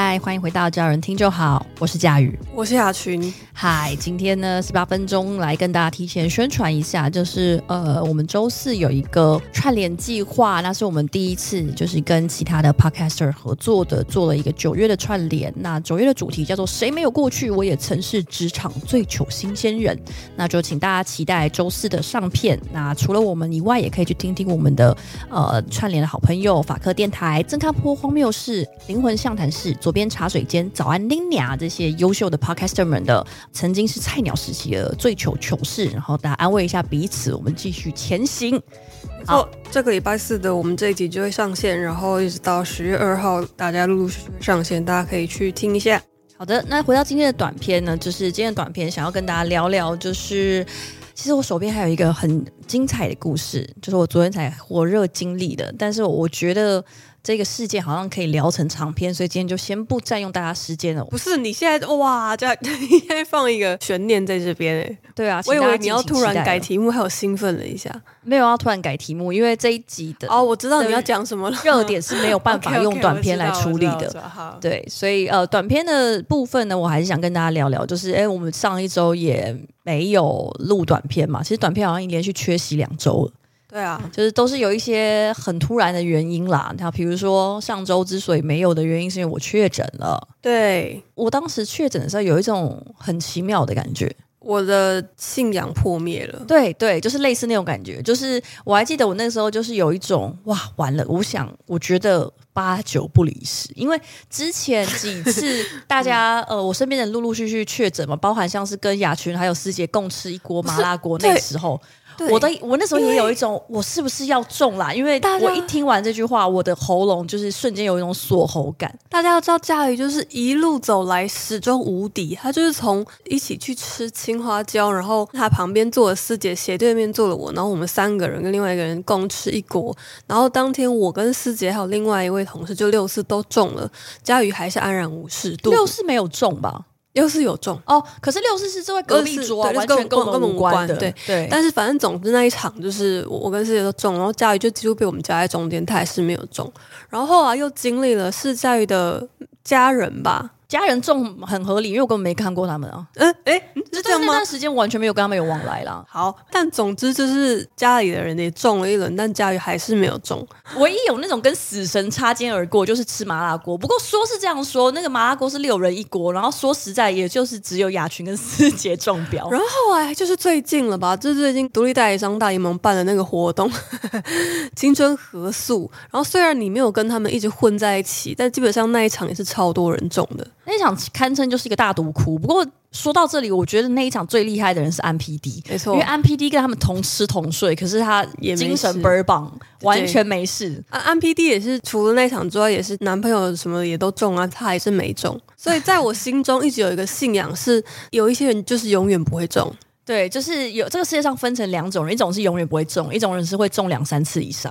嗨，欢迎回到只要人听就好，我是佳宇， 我是雅群。 嗨，今天呢18分钟来跟大家提前宣传一下，就是我们周四有一个串联计划，那是我们第一次就是跟其他的 podcaster 合作的，做了一个9月的串联。那9月的主题叫做谁没有过去，我也曾是职场最糗新鲜人。那就请大家期待周四的上片。那除了我们以外，也可以去听听我们的串联的好朋友法科电台、曾康坡荒谬室、灵魂相谈室、左边茶水间、早安林雅这些优秀的 podcaster 们的曾经是菜鸟时期的最糗糗事，然后大家安慰一下彼此，我们继续前行。 好，这个礼拜四的我们这一集就会上线，然后一直到10月2号，大家陆陆续续上线，大家可以去听一下。 好的，那回到今天的短片呢，就是今天的短片想要跟大家聊聊，就是其实我手边还有一个很精彩的故事，就是我昨天才火热经历的，但是我觉得这个事件好像可以聊成长篇，所以今天就先不占用大家时间了。 不是，你现在哇，你现在放一个悬念在这边哎。 对啊， 我以为你要突然改题目，还有兴奋了一下。 没有要突然改题目，因为这一集的我知道你要讲什么了。 热点是没有办法用短片来处理的。对，所以短片的部分呢，我还是想跟大家聊聊，就是我们上一周也没有录短片嘛，其实短片好像连续缺席2周了。 对啊， 就是都是有一些很突然的原因啦。那比如说上周之所以没有的原因，是因为我确诊了。 对， 我当时确诊的时候，有一种很奇妙的感觉。 我的信仰破灭了。 对对，就是类似那种感觉。就是我还记得我那时候就是有一种哇完了，我觉得8、9不离十，因为之前几次大家我身边人陆陆续续确诊嘛，包含像是跟雅群还有师姐共吃一锅麻辣锅那时候。我那时候也有一种我是不是要中啦，因为我一听完这句话，我的喉咙就是瞬间有一种锁喉感。 大家要知道佳宇就是一路走来始终无敌，他就是从一起去吃青花椒，然后他旁边坐了师姐，斜对面坐了我，然后我们3个人跟另外一个人共吃一锅，然后当天我跟师姐还有另外一位同事就64都中了，佳宇还是安然无事。 64没有中吧 ？64有中哦，可是64是这位隔壁桌完全跟我们无关的。 对，但是反正总之那一场就是我跟师姐都中，然后佳宇就几乎被我们夹在中间，他还是没有中。然后后来又经历了是佳宇的家人吧。 家人中很合理，因为我根本没看过他们啊。 是这样吗？ 那段时间我完全没有跟他们有往来啦。 好，但总之就是家里的人也中了一轮，但佳宇还是没有中。 唯一有那种跟死神擦肩而过，就是吃麻辣锅。不过说是这样说，那个麻辣锅是6人一锅，然后说实在，也就是只有雅群跟师姐中标。 然后后来就是最近了吧，就是最近独立代理商大联盟办的那个活动，青春合宿。然后虽然你没有跟他们一直混在一起，但基本上那一场也是超多人中的。 那一场堪称就是一个大毒窟。不过说到这里，我觉得那一场最厉害的人是安 PD， 没错， 因为安 PD 跟他们同吃同睡，可是他精神倍儿棒，完全没事。 安 PD 也是除了那一场之外，也是男朋友什么也都中啊，他还是没中。所以在我心中一直有一个信仰是，有一些人就是永远不会中。 对，就是有这个世界上分成2种人，一种是永远不会中，一种人是会中2、3次以上。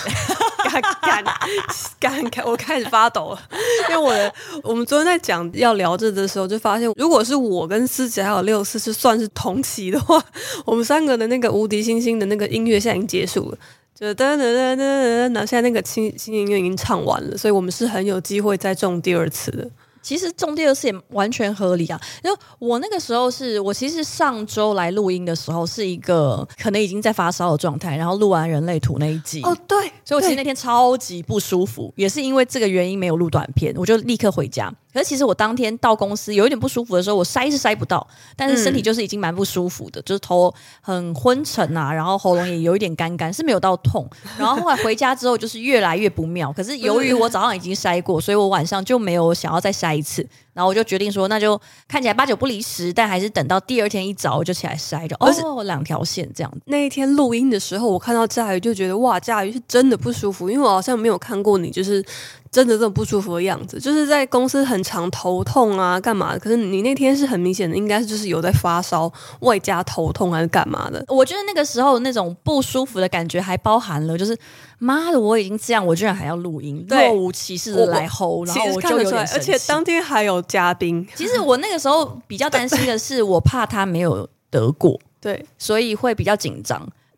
干，我开始发抖了，因为我们昨天在讲要聊这的时候，就发现如果是我跟师姐还有64是算是同期的话，我们3个的那个无敌星星的那个音乐现在已经结束了，就噔噔噔噔噔，现在那个新音乐已经唱完了，所以我们是很有机会再中第2次的。 其实中第2次也完全合理啊，因为我那个时候我其实上周来录音的时候是一个可能已经在发烧的状态，然后录完人类图那一集对， 所以我其实那天超级不舒服，也是因为这个原因没有录短片，我就立刻回家。可是其实我当天到公司有一点不舒服的时候，我筛是筛不到，但是身体就是已经蛮不舒服的，就是头很昏沉啊，然后喉咙也有一点干，是没有到痛。然后后来回家之后就是越来越不妙，可是由于我早上已经筛过，所以我晚上就没有想要再筛一次。然后我就决定说，那就看起来8、9不离十，但还是等到第2天一早我就起来筛，就2条线这样子。 那一天录音的时候，我看到佳宇就觉得哇，佳宇是真的不舒服，因为我好像没有看过你就是真的这种不舒服的样子，就是在公司很常头痛啊干嘛的，可是你那天是很明显的应该就是有在发烧外加头痛还是干嘛的。 我觉得那个时候那种不舒服的感觉还包含了就是妈的我已经这样我居然还要录音，若无其事的来吼，然后我就有点生气， 而且当天还有嘉宾。 其实我那个时候比较担心的是我怕他没有得过， 对， 所以会比较紧张。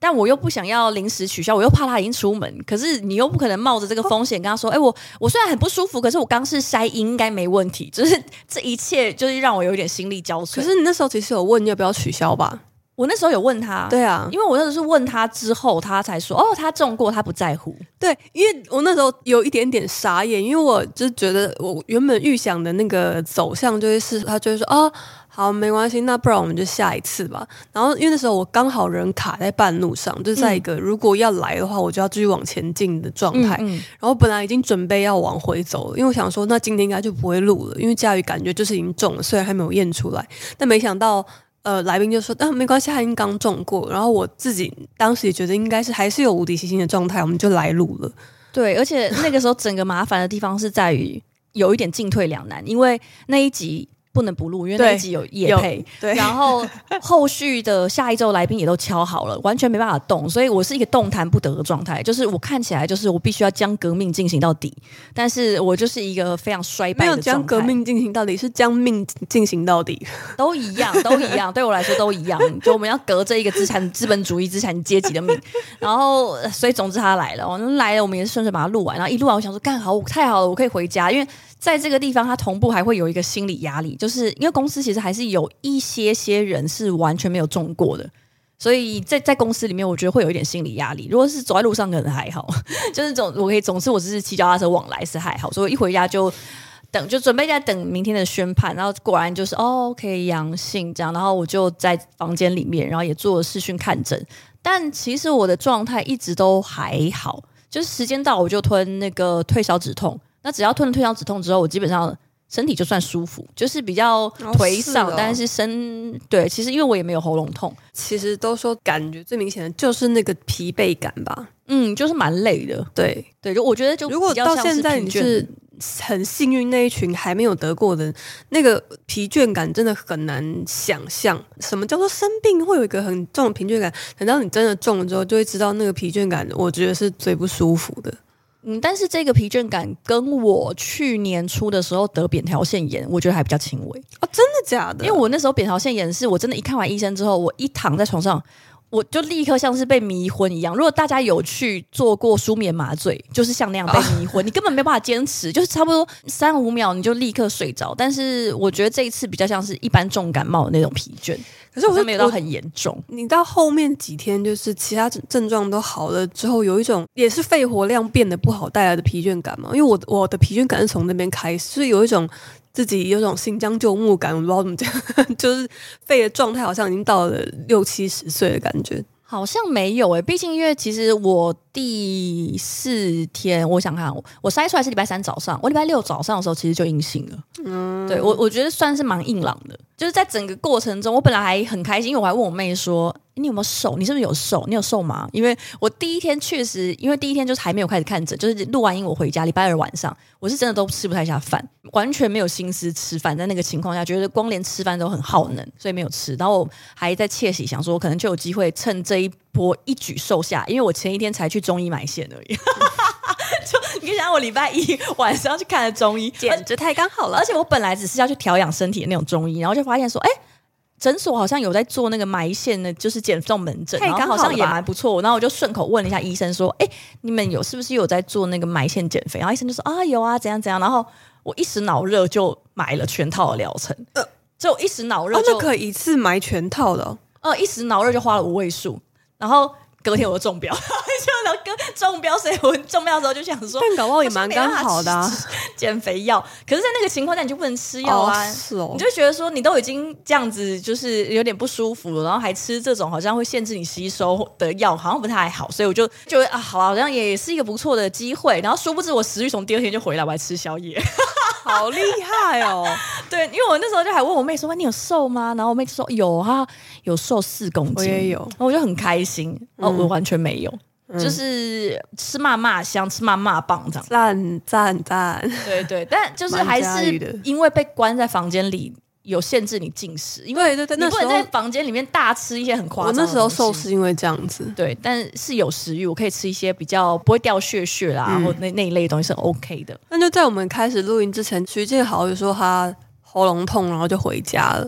但我又不想要临时取消，我又怕他已经出门，可是你又不可能冒着这个风险跟他说，我虽然很不舒服，可是我刚是筛阴应该没问题，就是这一切就是让我有点心力交瘁。 可是你那时候其实有问要不要取消吧？ 我那时候有问他， 对啊， 因为我那时候是问他之后，他才说他中过，他不在乎。 对，因为我那时候有一点点傻眼，因为我就觉得我原本预想的那个走向就会是，他就会说好没关系，那不然我们就下一次吧。然后因为那时候我刚好人卡在半路上，就是在一个如果要来的话，我就要继续往前进的状态。然后本来已经准备要往回走了，因为我想说那今天应该就不会录了，因为佳宇感觉就是已经中了，虽然还没有验出来，但没想到。来宾就说没关系，他已经刚中过。然后我自己当时也觉得应该是还是有无敌星星的状态，我们就来录了。 对，而且那个时候整个麻烦的地方是在于有一点进退两难，因为那一集不能不录，因为那一集有业配， 对， 然后后续的下一周来宾也都敲好了，完全没办法动，所以我是一个动弹不得的状态，就是我看起来就是我必须要将革命进行到底，但是我就是一个非常衰败的状态。没有将革命进行到底，是将命进行到底， 都一样，都一样，对我来说都一样。就我们要革这一个资本主义资产阶级的命，然后所以总之他来了，我们也是顺顺把它录完，然后一录完我想说干好，太好了，我可以回家，因为在这个地方，他同步还会有一个心理压力，就是因为公司其实还是有一些人是完全没有中过的，所以在公司里面，我觉得会有一点心理压力。如果是走在路上，可能还好，就是我可以总之我只是骑脚踏车往来是还好，所以一回家就准备在等明天的宣判，然后果然就是OK 阳性这样，然后我就在房间里面，然后也做了视讯看诊，但其实我的状态一直都还好，就是时间到我就吞那个退烧止痛。那只要吞了退烧止痛之后，我基本上身体就算舒服，就是比较颓丧，但是对，其实因为我也没有喉咙痛， 其实都说感觉最明显的就是那个疲惫感吧， 就是蛮累的， 对， 就我觉得就如果到现在你是很幸运那一群还没有得过的，那个疲倦感真的很难想象。什么叫做生病会有一个很重的疲倦感？等到你真的中了之后，就会知道那个疲倦感，我觉得是最不舒服的。 但是这个疲倦感跟我去年初的时候得扁桃腺炎，我觉得还比较轻微。 真的假的？ 因为我那时候扁桃腺炎是我真的一看完医生之后，我一躺在床上，我就立刻像是被迷昏一样。如果大家有去做过舒眠麻醉，就是像那样被迷昏，你根本没办法坚持，就是差不多3-5秒你就立刻睡着。但是我觉得这一次比较像是一般重感冒的那种疲倦。可是我没有到很严重， 你到后面几天就是其他症状都好了之后，有一种也是肺活量变得不好带来的疲倦感嘛。因为我的疲倦感是从那边开始，就是有一种自己有种新疆旧木感，我不知道怎么讲，就是肺的状态好像已经到了60-70岁的感觉。 好像没有毕竟因为其实我第4天，我想看我筛出来是礼拜3早上，我礼拜6早上的时候其实就阴性了。对我觉得算是蛮硬朗的，就是在整个过程中，我本来还很开心，因为我还问我妹说：“你有没有瘦？你是不是有瘦？你有瘦吗？”因为我第一天确实，因为第一天就是还没有开始看诊，就是录完音我回家，礼拜2晚上，我是真的都吃不太下饭，完全没有心思吃饭。在那个情况下，觉得光连吃饭都很耗能，所以没有吃。然后我还在窃喜想说，可能就有机会趁这一波一举瘦下，因为我前一天才去中医买线而已。就你可以想我礼拜1晚上去看了中医， 简直太刚好了。 而且我本来只是要去调养身体的那种中医，然后就发现说，诊所好像有在做那个埋线的，就是减重门诊，然后好像也蛮不错。然后我就顺口问了一下医生说：“你们是不是有在做那个埋线减肥？”然后医生就说：“有啊，怎样怎样。”然后我一时脑热就买了全套的疗程，就一时脑热就那可以一次买全套的一时脑热就花了5位数，然后隔天我就中标，就中标，所以我中标的时候就想说， 但搞不好也蛮刚好的减肥药。可是，在那个情况下，你就不能吃药啊，你就觉得说，你都已经这样子，就是有点不舒服了，然后还吃这种好像会限制你吸收的药，好像不太好，所以我就觉得好像也是一个不错的机会。然后殊不知，我食欲从第2天就回来，我还吃宵夜。 好厉害哦！ 对，因为我那时候就还问我妹说：“你有瘦吗？”然后我妹就说：“有啊，有瘦4公斤。” 我也有， 然后我就很开心。我完全没有，就是吃嘛嘛香，吃嘛嘛棒这样。 赞！ 对，但就是还是因为被关在房间里。有限制你进食，因为你不能在房间里面大吃一些很夸张的东西。 我那时候瘦是因为这样子， 对，但是有食欲，我可以吃一些比较不会掉屑啦，或那一类的东西是 OK 的。 那就在我们开始录音之前，徐建豪就说他喉咙痛，然后就回家了。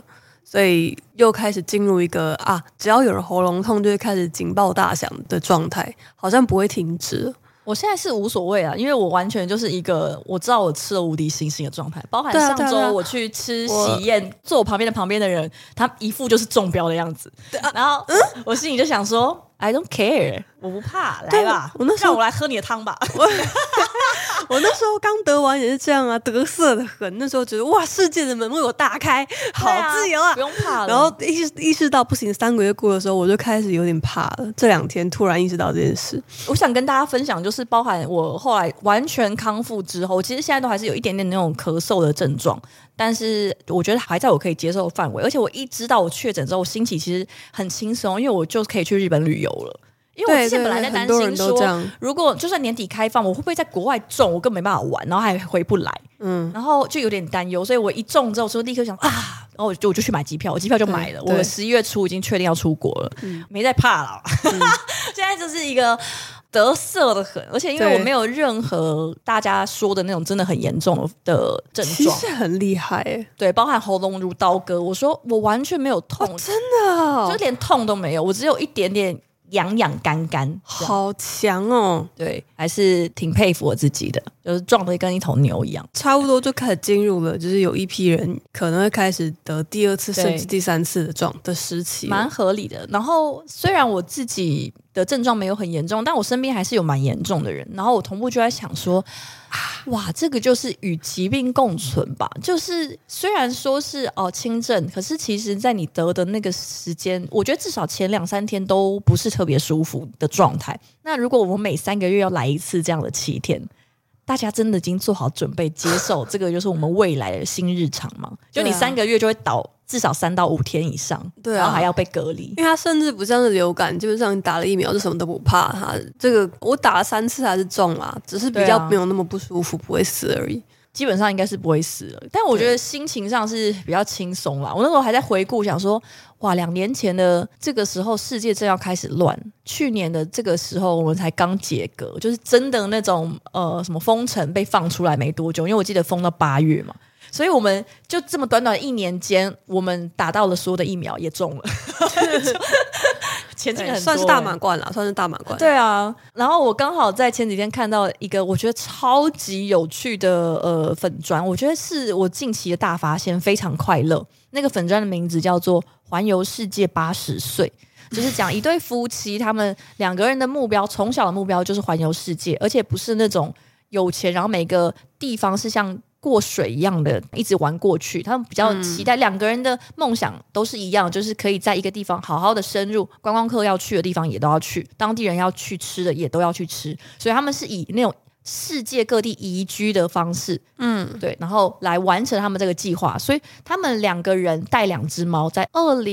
所以又开始进入一个只要有人喉咙痛就会开始警报大响的状态，好像不会停止。 我现在是无所谓啊，因为我完全就是一个我知道我吃了无敌星星的状态，包含上周我去吃喜宴，坐我旁边的人，他一副就是中标的样子，然后我心里就想说 I don't care， 我不怕，来吧，让我来喝你的汤吧。 我那时候刚得完也是这样啊，得瑟的很。那时候觉得哇，世界的门为我打开，好自由啊， 不用怕了。 然后意识到不行，3个月过的时候，我就开始有点怕了。这2天突然意识到这件事， 我想跟大家分享，就是包含我后来完全康复之后，其实现在都还是有一点点那种咳嗽的症状，但是我觉得还在我可以接受的范围。而且我一知道我确诊之后，我心情其实很轻松，因为我就可以去日本旅游了。因为我之前本来在担心说，如果就算年底开放，我会不会在国外中，我根本没办法玩，然后还回不来，然后就有点担忧，所以我一中之后就立刻想然后我就去买机票，我机票就买了，我11月初已经确定要出国了，没在怕了，现在就是一个得瑟的很，而且因为我没有任何大家说的那种真的很严重的症状， 其实很厉害耶， 对，包含喉咙如刀割，我说我完全没有痛， 真的就连痛都没有，我只有一点点痒痒干干， 好强哦！ 对，还是挺佩服我自己的，就是壮得跟一头牛一样。 差不多就开始进入了，就是有一批人可能会开始得第2次甚至第3次的时期， 蛮合理的。然后虽然我自己的症状没有很严重，但我身边还是有蛮严重的人。然后我同步就在想说，哇，这个就是与疾病共存吧。就是虽然说是轻症，可是其实在你得的那个时间，我觉得至少前2-3天都不是特别舒服的状态。那如果我们每3个月要来一次这样的7天，大家真的已经做好准备接受这个就是我们未来的新日常吗？就你3个月就会倒至少3到5天以上， 对然后还要被隔离， 因为它甚至不像是流感，基本上你打了疫苗就什么都不怕。它这个我打了3次还是中啦，只是比较没有那么不舒服，不会死而已。 基本上应该是不会死了，但我觉得心情上是比较轻松啦。我那时候还在回顾，想说，哇，2年前的这个时候世界正要开始乱，去年的这个时候我们才刚解隔，就是真的那种什么封城被放出来没多久，因为我记得封到8月嘛，所以我们就这么短短1年间，我们打到了所有的疫苗也中了。前进很多， 算是大满贯啦，算是大满贯。 对啊，然后我刚好在前几天看到一个我觉得超级有趣的粉专，我觉得是我近期的大发现，非常快乐。那个粉专的名字叫做“环游世界80岁”，就是讲一对夫妻，他们2个人的目标，从小的目标就是环游世界，而且不是那种有钱，然后每个地方是像过水一样的一直玩过去，他们比较期待2个人的梦想都是一样，就是可以在一个地方好好的深入，观光客要去的地方也都要去，当地人要去吃的也都要去吃，所以他们是以那种世界各地移居的方式，对，然后来完成他们这个计划。所以他们2个人带2只猫，在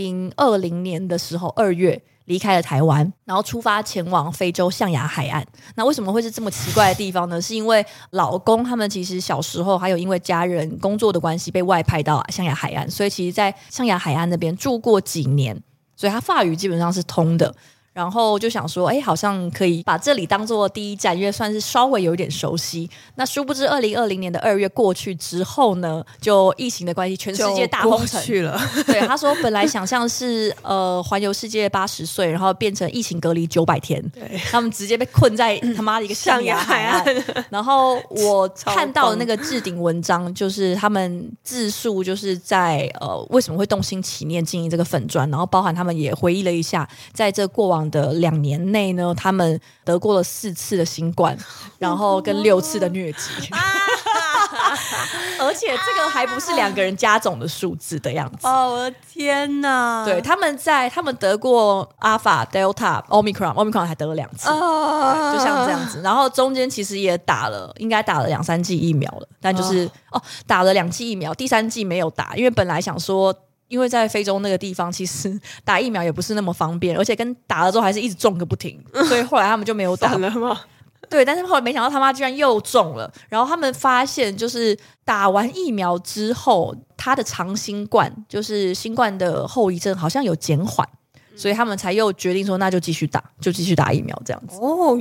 2020年的时候2月离开了台湾，然后出发前往非洲象牙海岸。那为什么会是这么奇怪的地方呢？是因为老公他们其实小时候还有因为家人工作的关系被外派到象牙海岸，所以其实在象牙海岸那边住过几年，所以他法语基本上是通的。然后就想说，好像可以把这里当做第一站，因为算是稍微有一点熟悉。那殊不知2020年的2月过去之后呢，就疫情的关系，全世界大封城去了。 对，他说本来想象是环游世界80岁，然后变成疫情隔离900天，对，他们直接被困在他妈的一个象牙海岸。然后我看到的那个置顶文章，就是他们自述就是在为什么会动心起念经营这个粉专，然后包含他们也回忆了一下，在这过往的2年内呢，他们得过了4次的新冠，然后跟6次的疟疾，而且这个还不是2个人加总的数字的样子。 哦，我的天哪！ 对，他们得过 Alpha、Delta、Omicron 还得了2次，就像这样子。然后中间其实也应该打了2-3剂疫苗了，但就是打了2剂疫苗，第3剂没有打，因为本来想说。因为在非洲那个地方，其实打疫苗也不是那么方便，而且跟打了之后还是一直中个不停，所以后来他们就没有打了吗？ 对，但是后来没想到他妈居然又中了，然后他们发现就是打完疫苗之后，他的长新冠就是新冠的后遗症好像有减缓，所以他们才又决定说那就继续打疫苗这样子。 哦，原来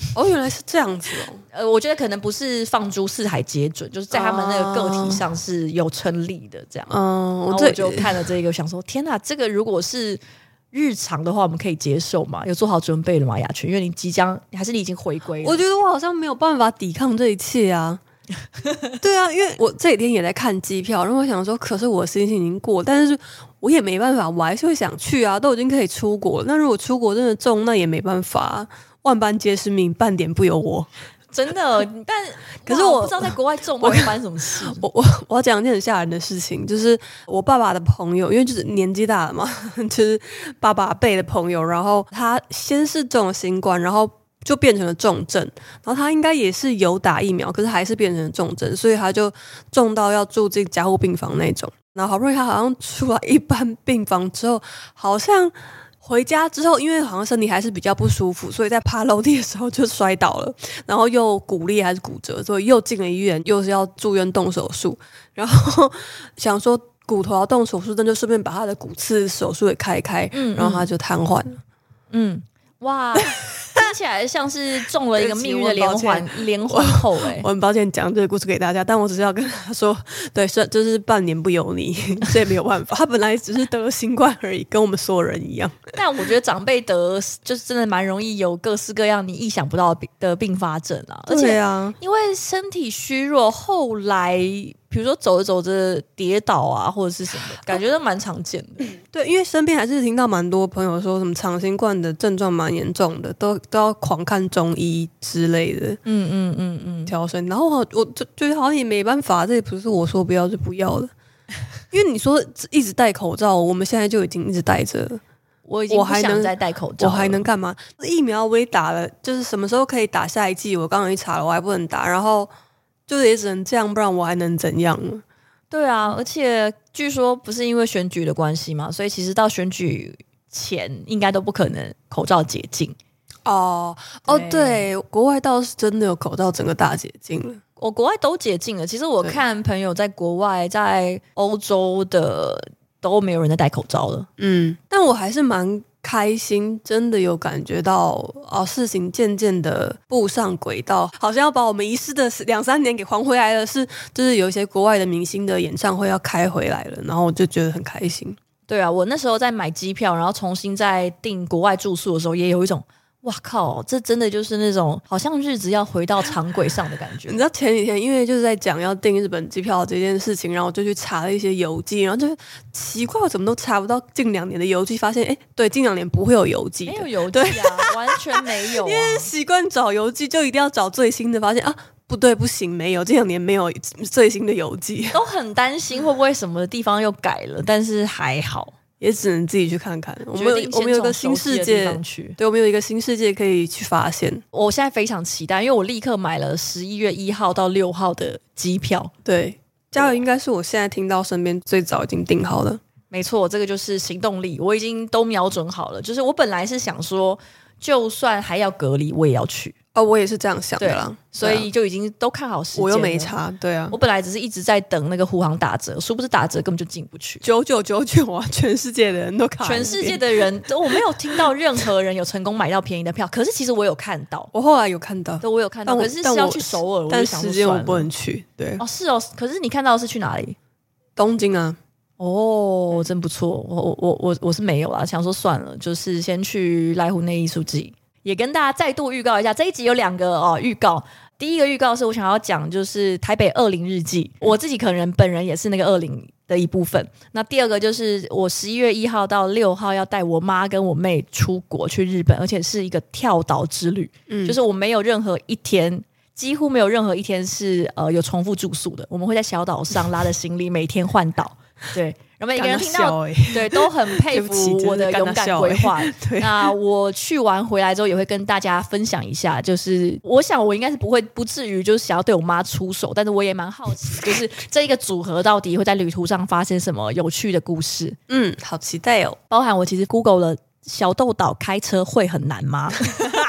哦，原来是这样子哦。 我觉得可能不是放诸四海皆准，就是在他们那个个体上是有成立的这样。然后我就看了这个，想说天哪，这个如果是日常的话，我们可以接受吗？有做好准备了吗，雅群？因为你即将，还是你已经回归了？ 我觉得我好像没有办法抵抗这一切啊。对啊，因为我这几天也在看机票，然后我想说，可是我的心情已经过，但是我也没办法，我还是会想去啊，都已经可以出国了。那如果出国真的中，那也没办法啊，万般皆是命，半点不由我。 真的，但可是我不知道在国外中会发生什么事。 我要讲一件很吓人的事情，就是我爸爸的朋友，因为就是年纪大了嘛，就是爸爸辈的朋友，然后他先是中了新冠，然后就变成了重症，然后他应该也是有打疫苗，可是还是变成了重症，所以他就重到要住进加护病房那种。然后好不容易他好像出来一般病房之后，好像回家之后，因为好像身体还是比较不舒服，所以在爬楼梯的时候就摔倒了，然后又骨裂还是骨折，所以又进了医院，又是要住院动手术。然后想说骨头要动手术，那就顺便把他的骨刺手术给开开，然后他就瘫痪了。 哇，听起来像是中了一个命运的连环扣我很抱歉讲这个故事给大家，但我只是要跟他说，对，就是半年不由你，所以没有办法。他本来只是得了新冠而已，跟我们所有人一样。 但我觉得长辈得就是真的蛮容易有各式各样你意想不到的并发症啊，而且因为身体虚弱，后来比如说走着走着跌倒啊，或者是什么，感觉都蛮常见的。 对，因为身边还是听到蛮多朋友说什么长新冠的症状蛮严重的，都要狂看中医之类的。调身。然后我就觉得好像也没办法，这也不是我说不要就不要了。因为你说一直戴口罩，我们现在就已经一直戴着了。 我已经不想再戴口罩了， 我还能干嘛？疫苗我也打了，就是什么时候可以打下一剂？我刚刚一查了，我还不能打，然后就是也只能这样，不然我还能怎样呢？ 对啊，而且据说不是因为选举的关系嘛，所以其实到选举前应该都不可能口罩解禁。 对，国外倒是真的有口罩整个大解禁了。 国外都解禁了，其实我看朋友在国外，在欧洲的都没有人在戴口罩了。 但我还是蛮开心，真的有感觉到事情渐渐的步上轨道，好像要把我们遗失的2-3年给还回来了。就是有一些国外的明星的演唱会要开回来了，然后我就觉得很开心。 对啊，我那时候在买机票，然后重新在订国外住宿的时候，也有一种哇靠，这真的就是那种好像日子要回到常轨上的感觉。 你知道前几天因为就是在讲要订日本机票这件事情，然后我就去查了一些邮寄，然后就奇怪我怎么都查不到近2年的邮寄，发现对，近2年不会有邮寄的， 没有邮寄啊，完全没有因为习惯找邮寄就一定要找最新的，发现不对，不行，没有，这2年没有最新的邮寄， 都很担心会不会什么地方又改了，但是还好， 也只能自己去看看。我们有一个新世界，对，我们有一个新世界可以去发现。 我现在非常期待，因为我立刻买了11月1号到6号的机票。 对，加油应该是我现在听到身边最早已经订好了。 没错，这个就是行动力，我已经都瞄准好了。就是我本来是想说，就算还要隔离，我也要去。 我也是这样想的啦， 所以就已经都看好时间了。 我又没差，对啊， 我本来只是一直在等那个虎航打折，殊不知打折根本就进不去。 9999啊！全世界的人都卡， 全世界的人，我没有听到任何人有成功买到便宜的票。可是其实我有看到， 我后来有看到， 对，我有看到，可是要去首尔，我就想说但时间我不能去。对， 是哦。可是你看到的是去哪里？ 东京啊。 真不错。我是没有啦，想说算了，就是先去濑户内艺术季。也跟大家再度预告一下，这一集有2个预告。第一个预告是我想要讲，就是台北20日记，我自己可能本人也是那个20的一部分。那第二个就是我11月1号到6号要带我妈跟我妹出国去日本，而且是一个跳岛之旅。就是我没有任何一天，几乎没有任何一天是有重复住宿的。我们会在小岛上拉着行李，每天换岛。对，然后每个人听到对都很佩服我的勇敢规划。那我去完回来之后也会跟大家分享一下，就是我想我应该是不至于就是想要对我妈出手，但是我也蛮好奇，就是这一个组合到底会在旅途上发生什么有趣的故事。 好期待哦！ 包含我其实 Google 了小豆岛开车会很难吗？